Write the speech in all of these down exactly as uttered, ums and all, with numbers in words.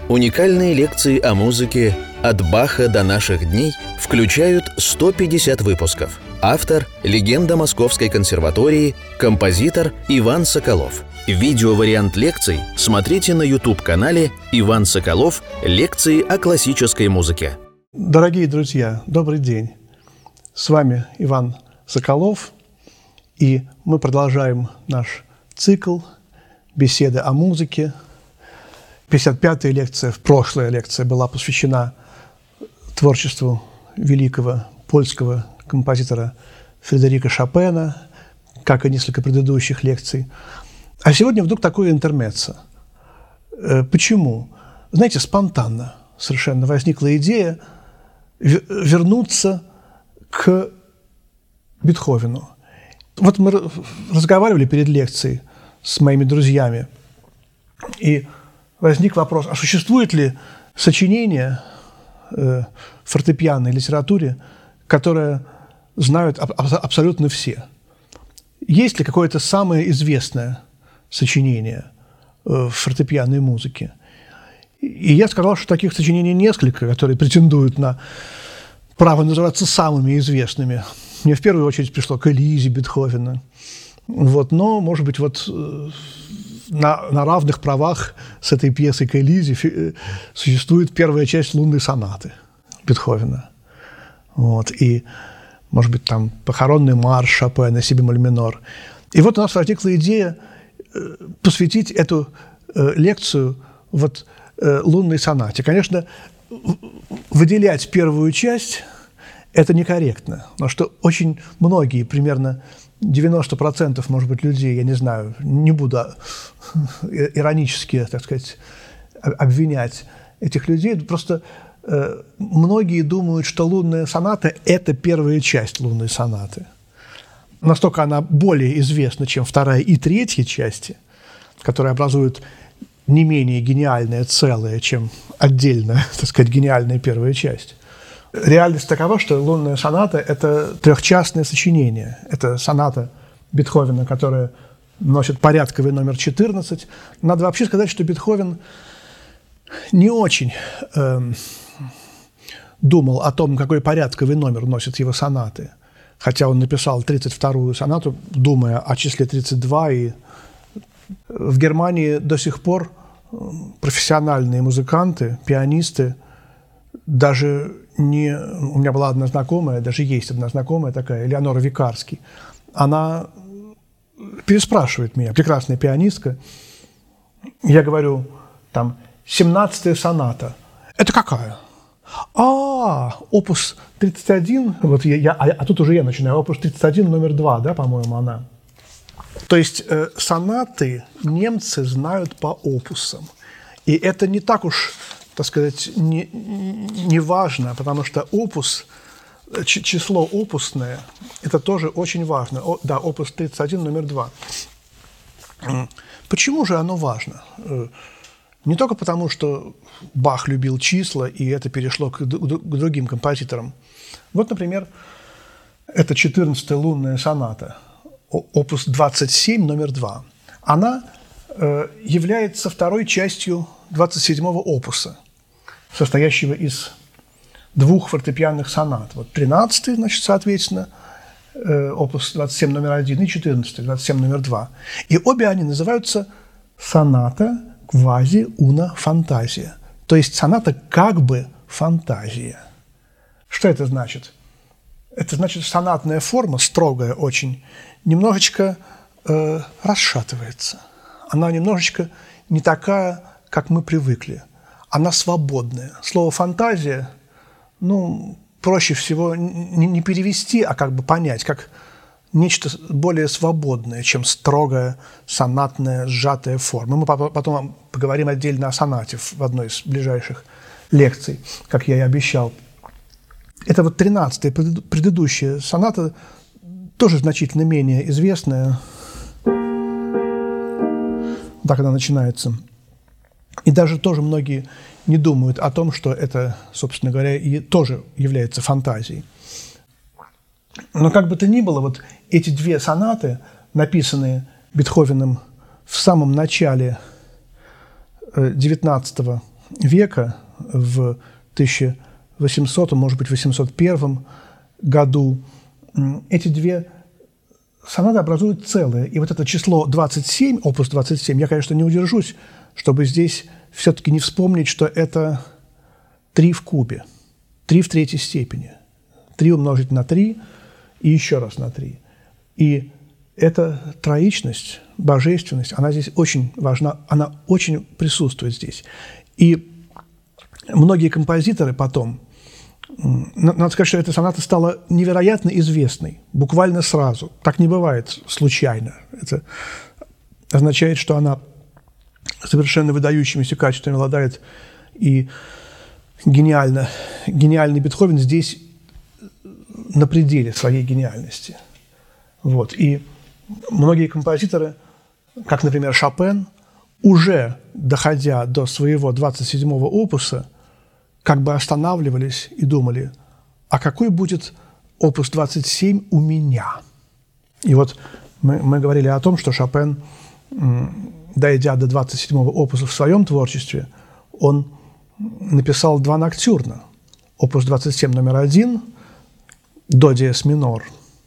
Уникальные лекции о музыке «От Баха до наших дней» включают сто пятьдесят выпусков. Автор – легенда Московской консерватории, композитор Иван Соколов. Видеовариант лекций смотрите на YouTube-канале «Иван Соколов. Лекции о классической музыке». Дорогие друзья, добрый день. С вами Иван Соколов, и мы продолжаем наш цикл «Беседы о музыке». пятьдесят пятая лекция, прошлая лекция, была посвящена творчеству великого польского композитора Фредерика Шопена, как и несколько предыдущих лекций. А сегодня вдруг такое интермеццо. Почему? Знаете, спонтанно совершенно возникла идея вернуться к Бетховену. Вот мы разговаривали перед лекцией с моими друзьями, и возник вопрос, а существует ли сочинение э, в фортепианной литературе, которое знают аб- абсолютно все? Есть ли какое-то самое известное сочинение э, в фортепианной музыке? И я сказал, что таких сочинений несколько, которые претендуют на право называться самыми известными. Мне в первую очередь пришло к Элизе Бетховена. Вот, но, может быть, вот... Э, На, на равных правах с этой пьесой к Элизе существует первая часть лунной сонаты Бетховена. Вот, и, может быть, там похоронный марш Шопена, си бемоль минор. И вот у нас возникла идея посвятить эту лекцию вот, лунной сонате. Конечно, выделять первую часть – это некорректно, потому что очень многие, примерно девяносто процентов, может быть, людей, я не знаю, не буду иронически, так сказать, обвинять этих людей, просто э, многие думают, что лунная соната – это первая часть лунной сонаты. Настолько она более известна, чем вторая и третья части, которые образуют не менее гениальное целое, чем отдельная, так сказать, гениальная первая часть. Реальность такова, что лунная соната – это трехчастное сочинение. Это соната Бетховена, которая носит порядковый номер четырнадцать. Надо вообще сказать, что Бетховен не очень э, думал о том, какой порядковый номер носят его сонаты. Хотя он написал тридцать вторую сонату, думая о числе тридцать два. И в Германии до сих пор профессиональные музыканты, пианисты, даже не... У меня была одна знакомая, даже есть одна знакомая такая, Элеонора Викарский. Она переспрашивает меня, прекрасная пианистка. Я говорю, там, семнадцатая соната. Это какая? А, опус тридцать один, вот я, я, а, а тут уже я начинаю, опус тридцать один, номер два, да, по-моему, она. То есть э, сонаты немцы знают по опусам. И это не так уж, так сказать, не, не важно, потому что опус, число опусное, это тоже очень важно. О, да, опус тридцать один, номер два. Почему же оно важно? Не только потому, что Бах любил числа, и это перешло к, к другим композиторам. Вот, например, это четырнадцатая лунная соната, опус двадцать семь, номер два. Она э, является второй частью двадцать седьмого опуса, состоящего из двух фортепианных сонат. Вот тринадцатый, значит, соответственно, э, опус двадцать семь номер один, и четырнадцатый, двадцать семь номер два. И обе они называются соната квази уна фантазия. То есть соната как бы фантазия. Что это значит? Это значит, сонатная форма, строгая очень, немножечко э, расшатывается. Она немножечко не такая, как мы привыкли. Она свободная. Слово «фантазия», ну, проще всего не, не перевести, а как бы понять, как нечто более свободное, чем строгая, сонатная, сжатая форма. Мы потом поговорим отдельно о сонате в одной из ближайших лекций, как я и обещал. Это вот тринадцатая, предыдущая соната, тоже значительно менее известная. Так она начинается. И даже тоже многие не думают о том, что это, собственно говоря, и тоже является фантазией. Но как бы то ни было, вот эти две сонаты, написанные Бетховеном в самом начале девятнадцатого века, в тысяча восьмисотом, может быть, восемьсот первом году, эти две сонаты образуют целое. И вот это число двадцать семь, опус двадцать семь, я, конечно, не удержусь, чтобы здесь все-таки не вспомнить, что это три в кубе, три в третьей степени. три умножить на три и еще раз на три. И эта троичность, божественность, она здесь очень важна, она очень присутствует здесь. И многие композиторы потом, надо сказать, что эта соната стала невероятно известной, буквально сразу. Так не бывает случайно. Это означает, что она совершенно выдающимися качествами обладает, и гениально, гениальный Бетховен здесь на пределе своей гениальности. Вот. И многие композиторы, как, например, Шопен, уже доходя до своего двадцать седьмого опуса, как бы останавливались и думали, а какой будет опус двадцать семь у меня? И вот мы, мы говорили о том, что Шопен, дойдя до двадцать седьмого опуса в своем творчестве, он написал два ноктюрна. Опус двадцать семь номер один, до диез минор,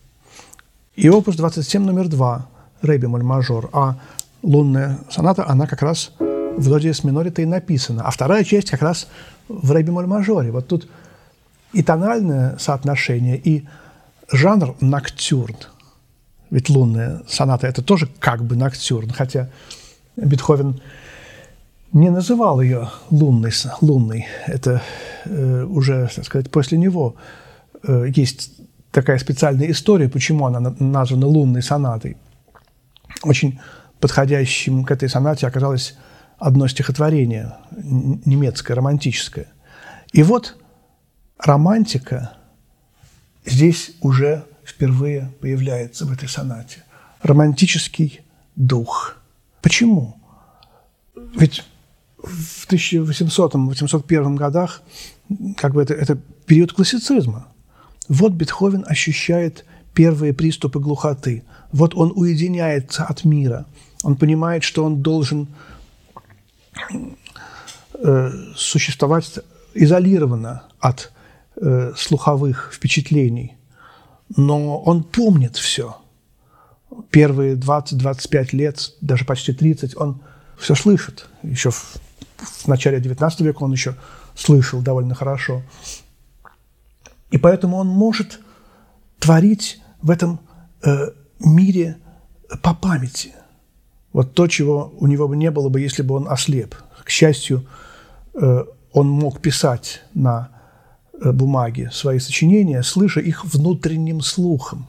и опус двадцать семь номер два, ре бемоль мажор. А лунная соната, она как раз в до диез миноре-то и написана. А вторая часть как раз в ре бемоль мажоре. Вот тут и тональное соотношение, и жанр ноктюрн. Ведь лунная соната – это тоже как бы ноктюрн, хотя Бетховен не называл ее лунной. лунной. Это э, уже, так сказать, после него э, есть такая специальная история, почему она названа лунной сонатой. Очень подходящим к этой сонате оказалось одно стихотворение, немецкое, романтическое. И вот романтика здесь уже впервые появляется в этой сонате. Романтический дух. Почему? Ведь в тысяча восьмисотом — восемьсот первом годах как бы это, это период классицизма. Вот Бетховен ощущает первые приступы глухоты. Вот он уединяется от мира. Он понимает, что он должен э, существовать изолированно от э, слуховых впечатлений. Но он помнит все. Первые двадцать — двадцать пять лет, даже почти тридцать, он все слышит. Еще в, в начале девятнадцатого века он еще слышал довольно хорошо. И поэтому он может творить в этом э, мире по памяти. Вот то, чего у него бы не было бы, если бы он ослеп. К счастью, э, он мог писать на э, бумаге свои сочинения, слыша их внутренним слухом.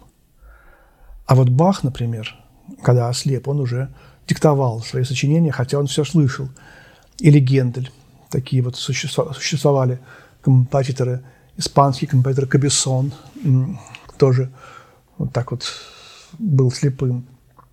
А вот Бах, например, когда ослеп, он уже диктовал свои сочинения, хотя он все слышал. Или Гендель. Такие вот существовали композиторы, испанский композитор Кабесон, тоже вот так вот был слепым.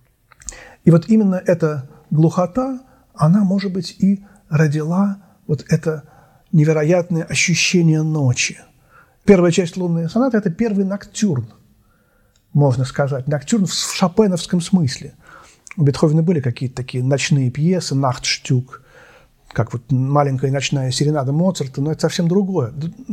И вот именно эта глухота, она, может быть, и родила вот это невероятное ощущение ночи. Первая часть лунной сонаты – это первый ноктюрн, можно сказать. Ноктюрн в шопеновском смысле. У Бетховена были какие-то такие ночные пьесы, «Нахтштюк», как вот маленькая ночная серенада Моцарта, но это совсем другое.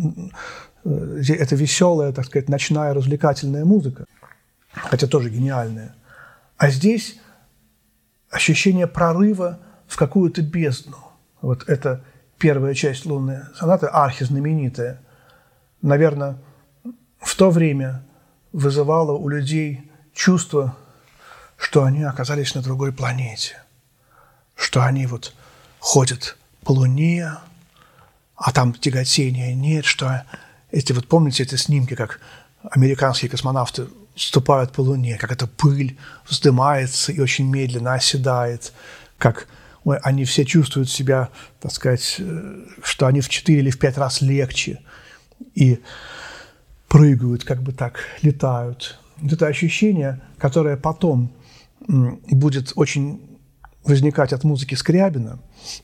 Это веселая, так сказать, ночная развлекательная музыка, хотя тоже гениальная. А здесь ощущение прорыва в какую-то бездну. Вот это первая часть лунной сонаты, архизнаменитая, наверное, в то время вызывала у людей чувство, что они оказались на другой планете, что они вот ходят по Луне, а там тяготения нет, что эти вот, помните эти снимки, как американские космонавты ступают по Луне, как эта пыль вздымается и очень медленно оседает, как ой, они все чувствуют себя, так сказать, что они в четыре или в пять раз легче и прыгают, как бы так, летают. Вот это ощущение, которое потом будет очень возникать от музыки Скрябина,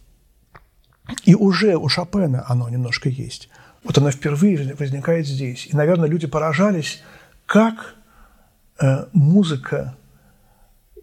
и уже у Шопена оно немножко есть. Вот оно впервые возникает здесь. И, наверное, люди поражались, как э, музыка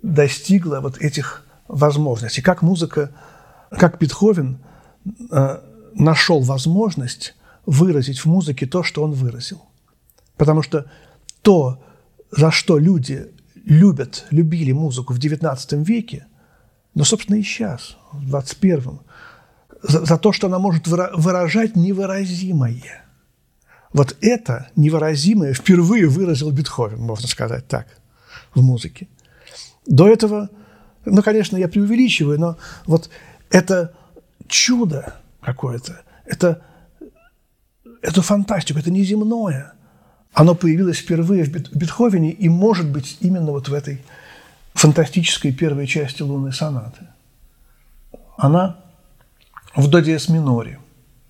достигла вот этих возможностей, как музыка, как Бетховен э, нашел возможность выразить в музыке то, что он выразил. Потому что то, за что люди любят, любили музыку в девятнадцатом веке, но, собственно, и сейчас, в двадцать первом, за, за то, что она может выражать невыразимое. Вот это невыразимое впервые выразил Бетховен, можно сказать так, в музыке. До этого, ну, конечно, я преувеличиваю, но вот это чудо какое-то, это, это фантастика, это неземное. Оно появилось впервые в Бетховене и, может быть, именно вот в этой фантастической первой части лунной сонаты. Она в до диез миноре.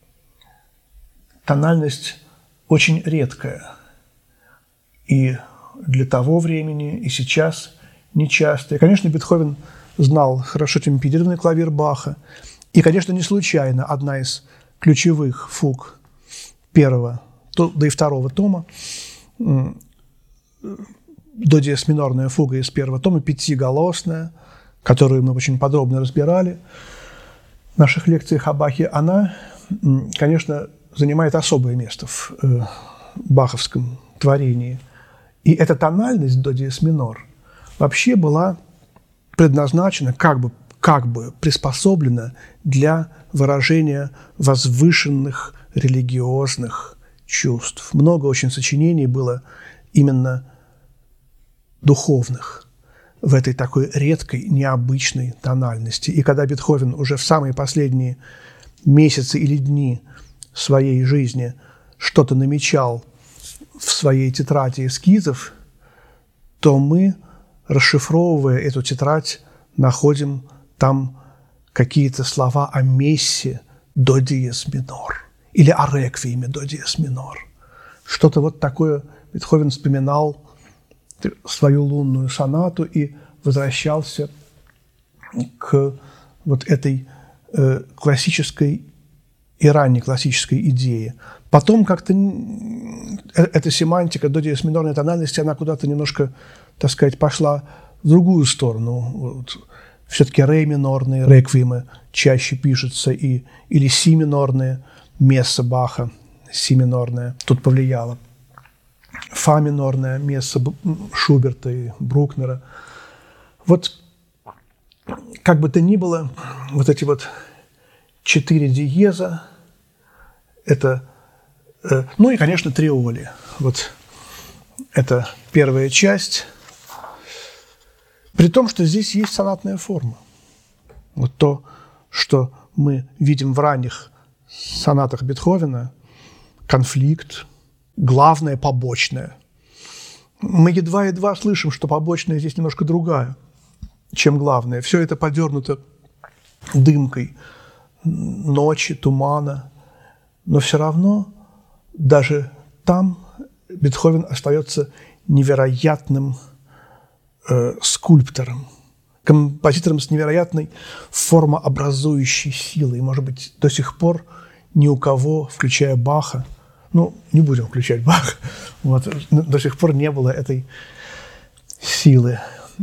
Тональность очень редкая. И для того времени, и сейчас нечастая. Конечно, Бетховен знал хорошо темперированный клавир Баха. И, конечно, не случайно одна из ключевых фуг первого, да и второго тома, до диез минорная фуга из первого тома, пятиголосная, которую мы очень подробно разбирали в наших лекциях о Бахе, она, конечно, занимает особое место в э, баховском творении. И эта тональность до диез минор вообще была предназначена, как бы, как бы приспособлена для выражения возвышенных религиозных чувств. Много очень сочинений было именно духовных в этой такой редкой, необычной тональности. И когда Бетховен уже в самые последние месяцы или дни своей жизни что-то намечал в своей тетради эскизов, то мы, расшифровывая эту тетрадь, находим там какие-то слова о мессе до диез минор или о реквиеме до диез минор. Что-то вот такое Бетховен вспоминал свою лунную сонату и возвращался к вот этой э, классической и ранней классической идее. Потом как-то эта семантика до диез минорной тональности, она куда-то немножко, так сказать, пошла в другую сторону. Вот. Все-таки ре минорные реквиемы чаще пишутся, и, или си минорные, месса Баха, си минорная, тут повлияло. Фа минорная, месса Шуберта и Брукнера. Вот как бы то ни было, вот эти вот четыре диеза, это, э, ну и, конечно, триоли. Вот это первая часть. При том, что здесь есть сонатная форма. Вот то, что мы видим в ранних сонатах Бетховена, конфликт, главное побочное. Мы едва-едва слышим, что побочная здесь немножко другая, чем главное. Все это подернуто дымкой ночи, тумана. Но все равно даже там Бетховен остается невероятным э, скульптором, композитором с невероятной формообразующей силой. Может быть, до сих пор ни у кого, включая Баха, ну, не будем включать Баха, вот, до сих пор не было этой силы.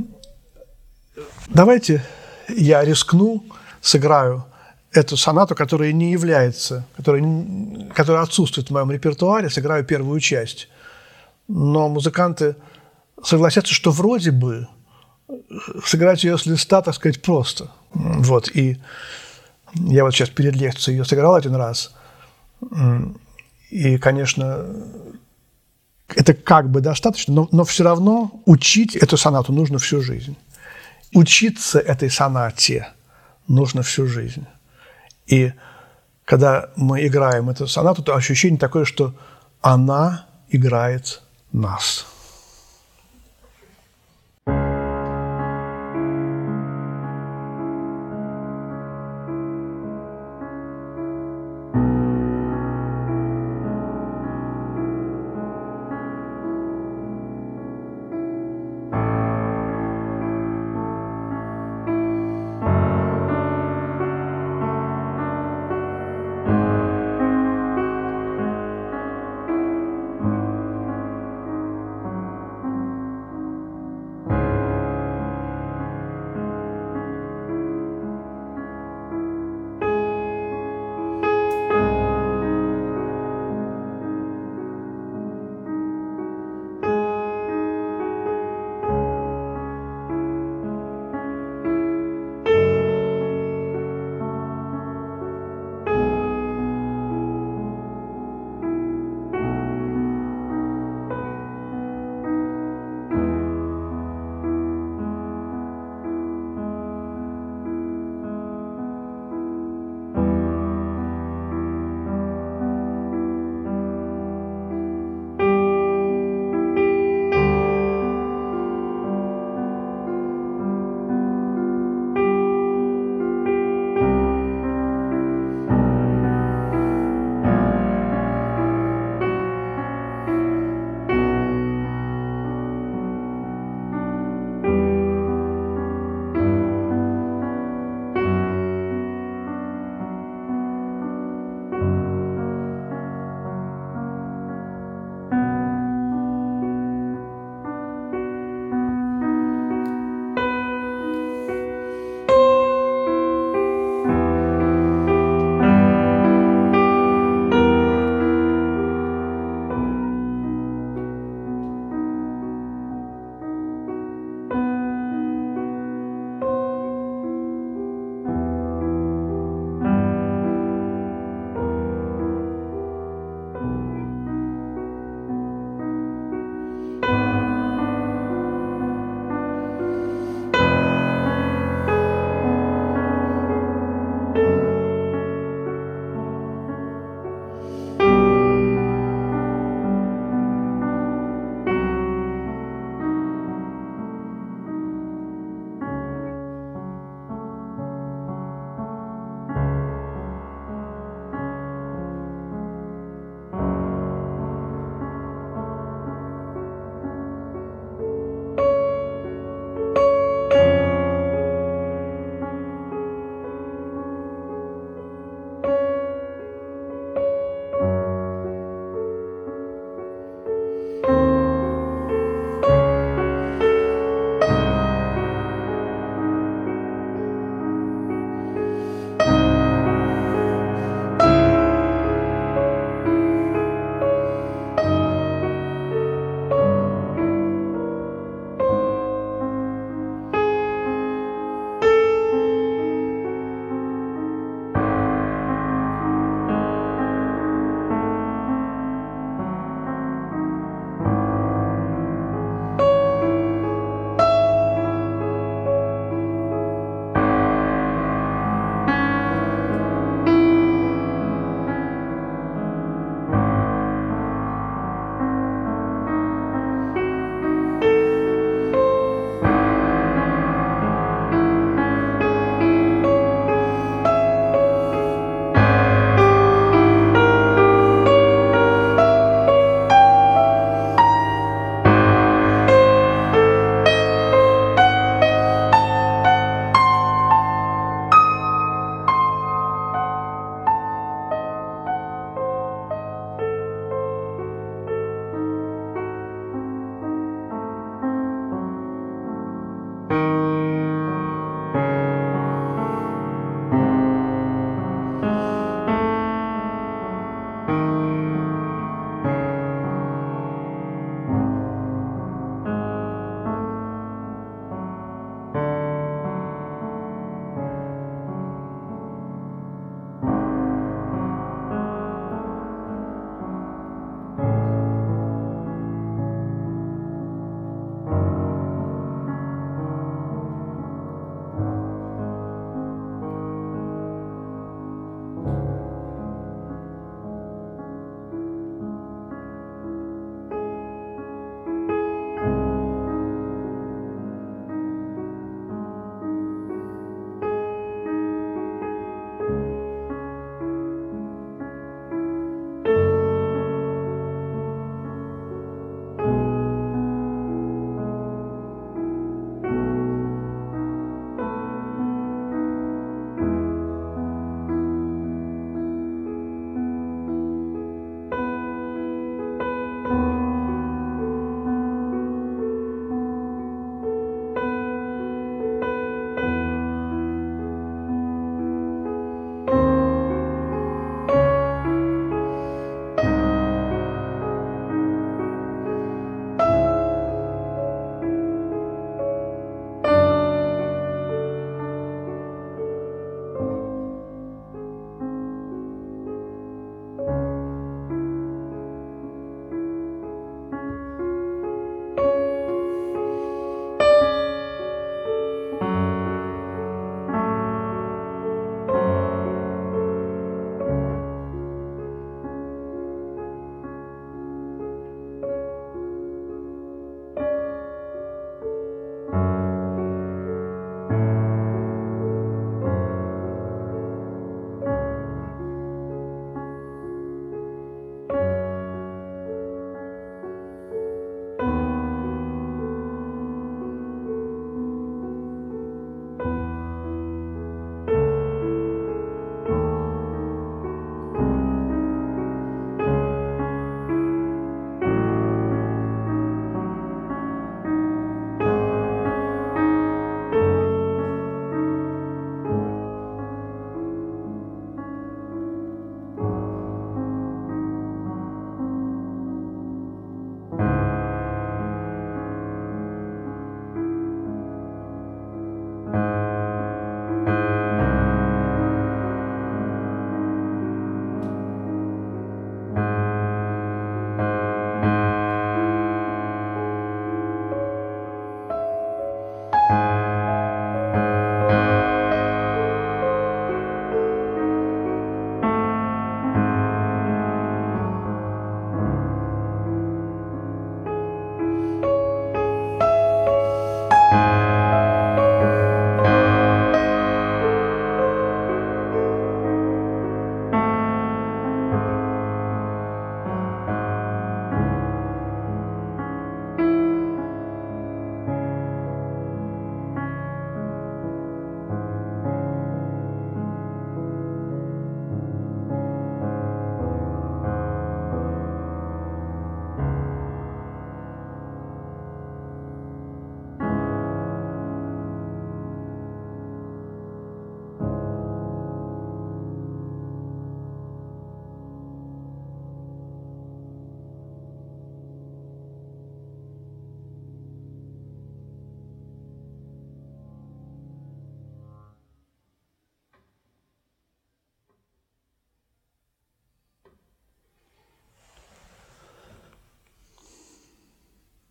Давайте я рискну, сыграю эту сонату, которая не является, которая, которая отсутствует в моем репертуаре, сыграю первую часть. Но музыканты согласятся, что вроде бы сыграть ее с листа, так сказать, просто. Вот, и я вот сейчас перед лекцией ее сыграл один раз. И, конечно, это как бы достаточно, но, но все равно учить эту сонату нужно всю жизнь. Учиться этой сонате нужно всю жизнь. И когда мы играем эту сонату, то ощущение такое, что она играет нас.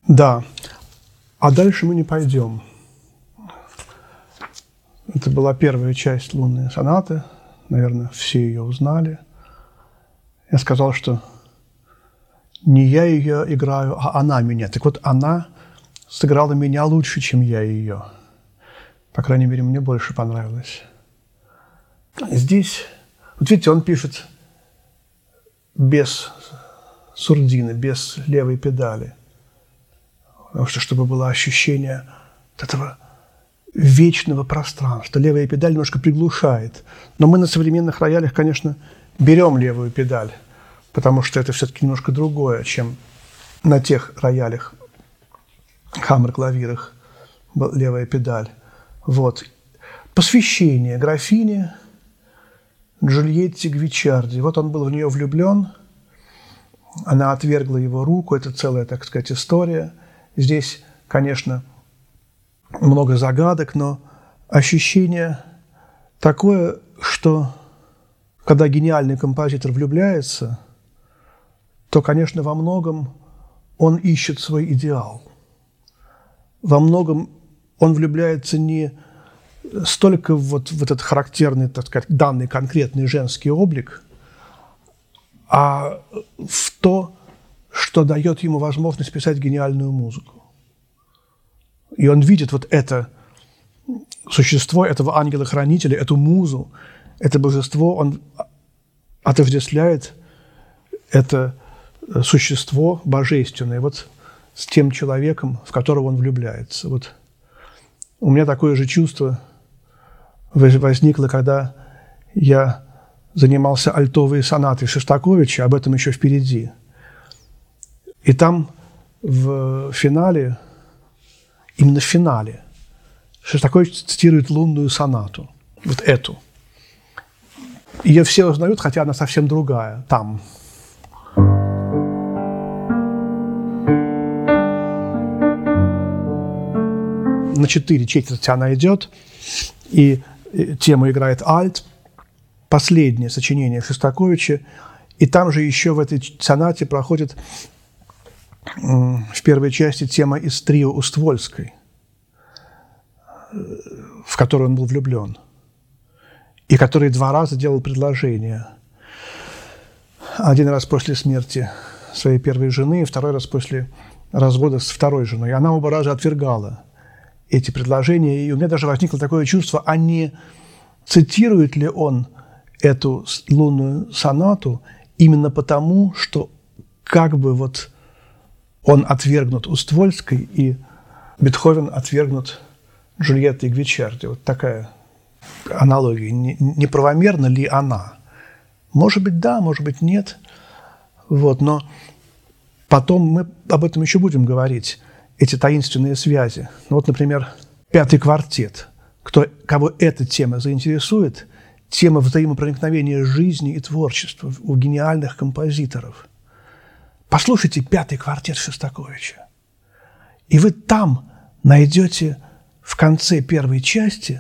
Да. А дальше мы не пойдем. Это была первая часть лунной сонаты. Наверное, все ее узнали. Я сказал, что не я ее играю, а она меня. Так вот, она сыграла меня лучше, чем я ее. По крайней мере, мне больше понравилось. Здесь, вот видите, он пишет без сурдины, без левой педали. Потому что, чтобы было ощущение этого вечного пространства. Левая педаль немножко приглушает. Но мы на современных роялях, конечно, берем левую педаль, потому что это все-таки немножко другое, чем на тех роялях, хаммер-клавирах, левая педаль. Вот. Посвящение графине Джульетте Гвиччарди. Вот он был в нее влюблен, она отвергла его руку, это целая, так сказать, история. Здесь, конечно, много загадок, но ощущение такое, что когда гениальный композитор влюбляется, то, конечно, во многом он ищет свой идеал. Во многом он влюбляется не столько вот в этот характерный, так сказать, данный конкретный женский облик, а в то, что дает ему возможность писать гениальную музыку. И он видит вот это существо, этого ангела-хранителя, эту музу, это божество, он отождествляет это существо божественное вот с тем человеком, в которого он влюбляется. Вот у меня такое же чувство возникло, когда я занимался альтовой сонатой Шостаковича, об этом еще впереди. И там в финале, именно в финале, Шостакович цитирует лунную сонату, вот эту. Ее все узнают, хотя она совсем другая, там. На четыре четверти она идет, и тему играет альт, последнее сочинение Шостаковича, и там же еще в этой сонате проходит в первой части тема из трио Уствольской, в которую он был влюблен, и который два раза делал предложение. Один раз после смерти своей первой жены, второй раз после развода с второй женой. И она оба раза отвергала эти предложения. И у меня даже возникло такое чувство, а не цитирует ли он эту лунную сонату именно потому, что как бы вот он отвергнут Уствольской, и Бетховен отвергнут Джульеттой Гвиччарди. Вот такая аналогия. Неправомерна ли она? Может быть, да, может быть, нет. Вот, но потом мы об этом еще будем говорить, эти таинственные связи. Ну, вот, например, пятый квартет. Кто, кого эта тема заинтересует, тема взаимопроникновения жизни и творчества у гениальных композиторов. Послушайте пятый квартет Шостаковича, и вы там найдете в конце первой части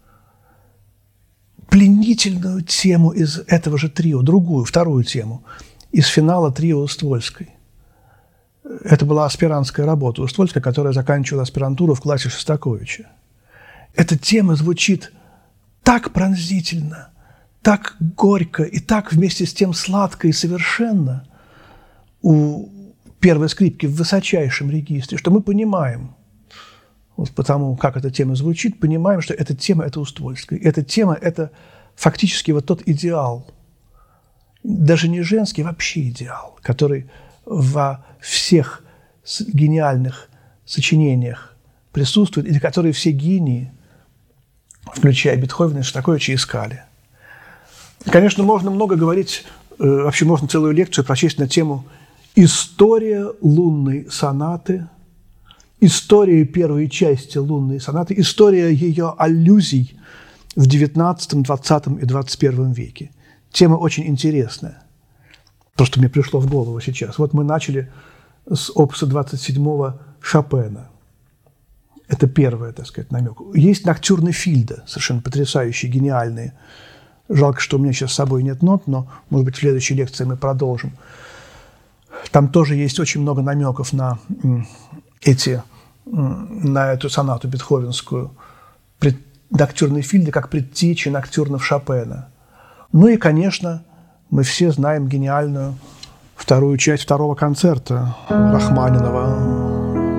пленительную тему из этого же трио, другую, вторую тему, из финала трио Уствольской. Это была аспирантская работа Уствольской, которая заканчивала аспирантуру в классе Шостаковича. Эта тема звучит так пронзительно, так горько и так вместе с тем сладко и совершенно у первой скрипки в высочайшем регистре, что мы понимаем, вот потому как эта тема звучит, понимаем, что эта тема – это Уствольская. Эта тема – это фактически вот тот идеал, даже не женский, вообще идеал, который во всех гениальных сочинениях присутствует, и который все гении, включая Бетховена и Шостаковича, искали. Конечно, можно много говорить, вообще можно целую лекцию прочесть на тему «История лунной сонаты», история первой части лунной сонаты, история ее аллюзий в девятнадцатом, двадцатом и двадцать первом веке. Тема очень интересная. То, что мне пришло в голову сейчас. Вот мы начали с опуса двадцать седьмого Шопена. Это первый, так сказать, намек. Есть ноктюрны Фильда, совершенно потрясающие, гениальные. Жалко, что у меня сейчас с собой нет нот, но, может быть, в следующей лекции мы продолжим. Там тоже есть очень много намеков на эти, на эту сонату бетховенскую ноктюрны Фильда как предтечи ноктюрнов Шопена. Ну и, конечно, мы все знаем гениальную вторую часть второго концерта Рахманинова.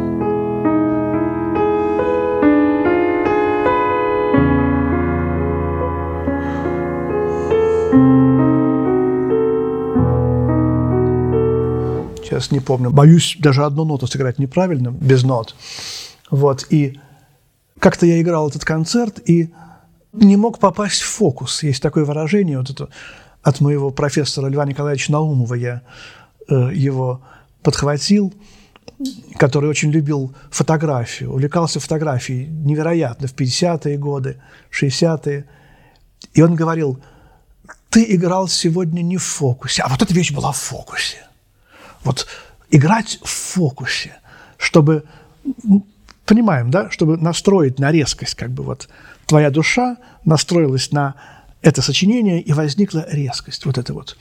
Сейчас не помню. Боюсь даже одну ноту сыграть неправильно, без нот. Вот. И как-то я играл этот концерт и не мог попасть в фокус. Есть такое выражение, вот это от моего профессора Льва Николаевича Наумова я э, его подхватил, который очень любил фотографию, увлекался фотографией невероятно в пятидесятые годы, шестидесятые. И он говорил: ты играл сегодня не в фокусе, а вот эта вещь была в фокусе. Вот играть в фокусе, чтобы, понимаем, да, чтобы настроить на резкость, как бы вот твоя душа настроилась на это сочинение, и возникла резкость, вот это вот.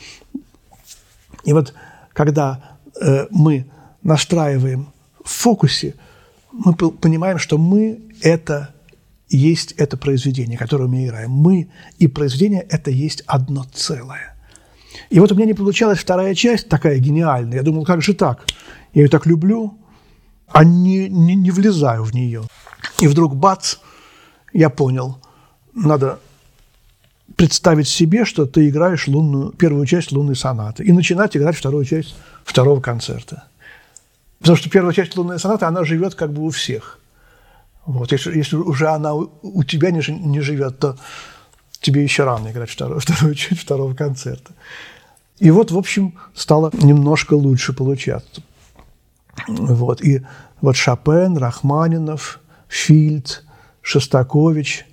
И вот когда э, мы настраиваем в фокусе, мы понимаем, что мы – это есть это произведение, которое мы играем. Мы и произведение – это есть одно целое. И вот у меня не получалась вторая часть такая гениальная. Я думал, как же так? Я ее так люблю, а не, не, не влезаю в нее. И вдруг бац, я понял, надо представить себе, что ты играешь лунную, первую часть лунной сонаты и начинать играть вторую часть второго концерта. Потому что первая часть лунной сонаты, она живет как бы у всех. Вот. Если, если уже она у, у тебя не, не живет, то тебе еще рано играть вторую, вторую часть второго концерта. И вот, в общем, стало немножко лучше получаться. Вот. И вот Шопен, Рахманинов, Фильд, Шостакович.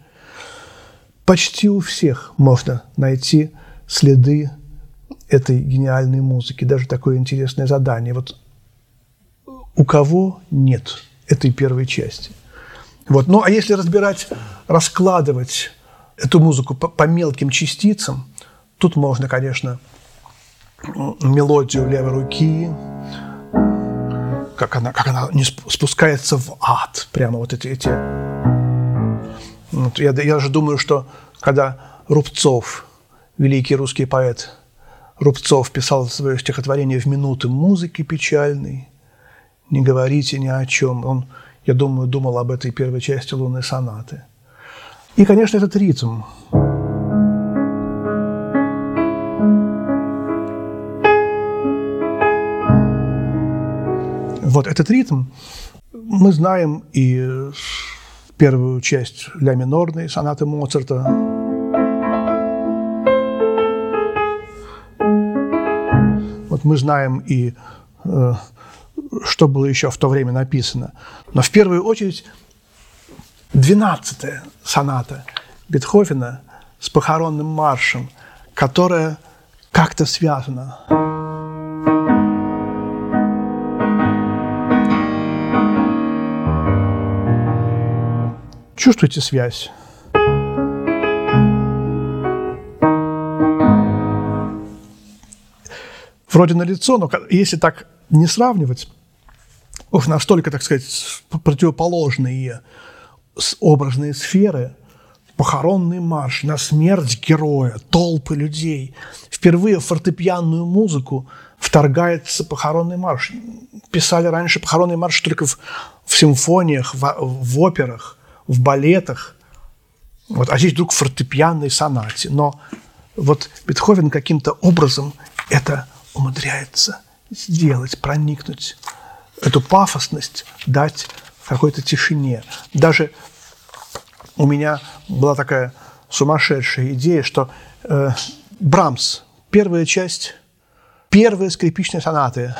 Почти у всех можно найти следы этой гениальной музыки. Даже такое интересное задание. Вот у кого нет этой первой части? Вот. Ну, а если разбирать, раскладывать эту музыку по, по мелким частицам, тут можно, конечно, мелодию левой руки, как она, как она не спускается в ад, прямо вот эти... эти. Вот я, я же думаю, что когда Рубцов, великий русский поэт Рубцов, писал свое стихотворение «В минуты музыки печальной», «Не говорите ни о чем», он, я думаю, думал об этой первой части лунной сонаты. И, конечно, этот ритм. Вот этот ритм мы знаем и первую часть ля минорной сонаты Моцарта. Вот мы знаем и э, что было еще в то время написано. Но в первую очередь двенадцатая соната Бетховена с похоронным маршем, которая как-то связана. Чувствуете связь? Вроде налицо, но если так не сравнивать, уж настолько, так сказать, противоположные образные сферы, похоронный марш, на смерть героя, толпы людей. Впервые в фортепианную музыку вторгается похоронный марш. Писали раньше похоронный марш только в, в симфониях, в, в операх, в балетах. Вот, а здесь вдруг в фортепианной сонате. Но вот Бетховен каким-то образом это умудряется сделать, проникнуть, эту пафосность дать в какой-то тишине. Даже у меня была такая сумасшедшая идея, что э, Брамс, первая часть, первая скрипичная сонаты.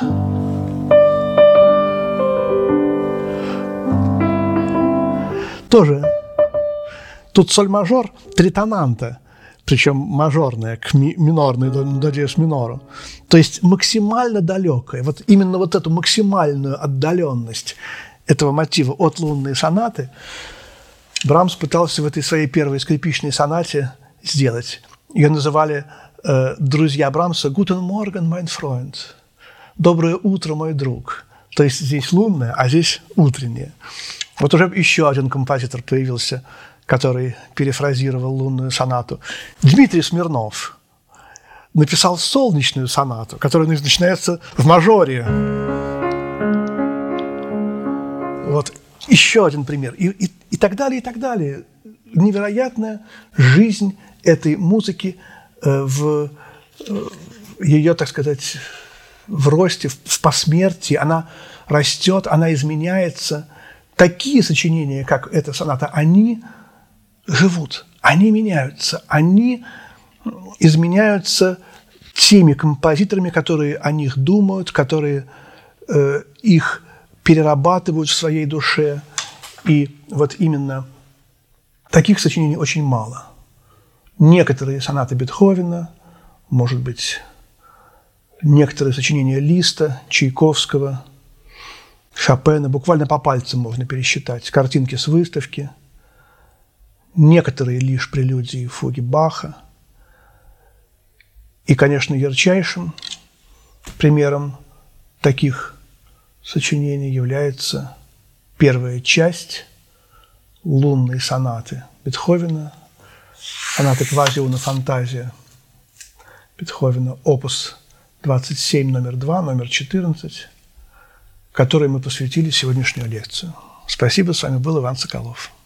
Тоже. Тут соль-мажор, тритонанта, причем мажорная, к ми- минорной до, до диез минору. То есть максимально далекая. Вот именно вот эту максимальную отдаленность этого мотива от лунной сонаты Брамс пытался в этой своей первой скрипичной сонате сделать. Ее называли э, друзья Брамса «Guten Morgen, mein Freund». «Доброе утро, мой друг». То есть здесь лунная, а здесь утренняя. Вот уже еще один композитор появился, который перефразировал лунную сонату. Дмитрий Смирнов написал солнечную сонату, которая начинается в мажоре. Вот еще один пример. И, и, и так далее, и так далее. Невероятная жизнь этой музыки э, в э, ее, так сказать, в росте, в, в посмертии. Она растет, она изменяется. Такие сочинения, как эта соната, они живут, они меняются, они изменяются теми композиторами, которые о них думают, которые э, их перерабатывают в своей душе. И вот именно таких сочинений очень мало. Некоторые сонаты Бетховена, может быть, некоторые сочинения Листа, Чайковского, Шопена, буквально по пальцам можно пересчитать, картинки с выставки, некоторые лишь прелюдии и фуги Баха. И, конечно, ярчайшим примером таких сочинений является первая часть лунной сонаты Бетховена, соната «Квазиуна фантазия» Бетховена, опус двадцать семь, номер два, номер четырнадцать, которой мы посвятили сегодняшнюю лекцию. Спасибо, с вами был Иван Соколов.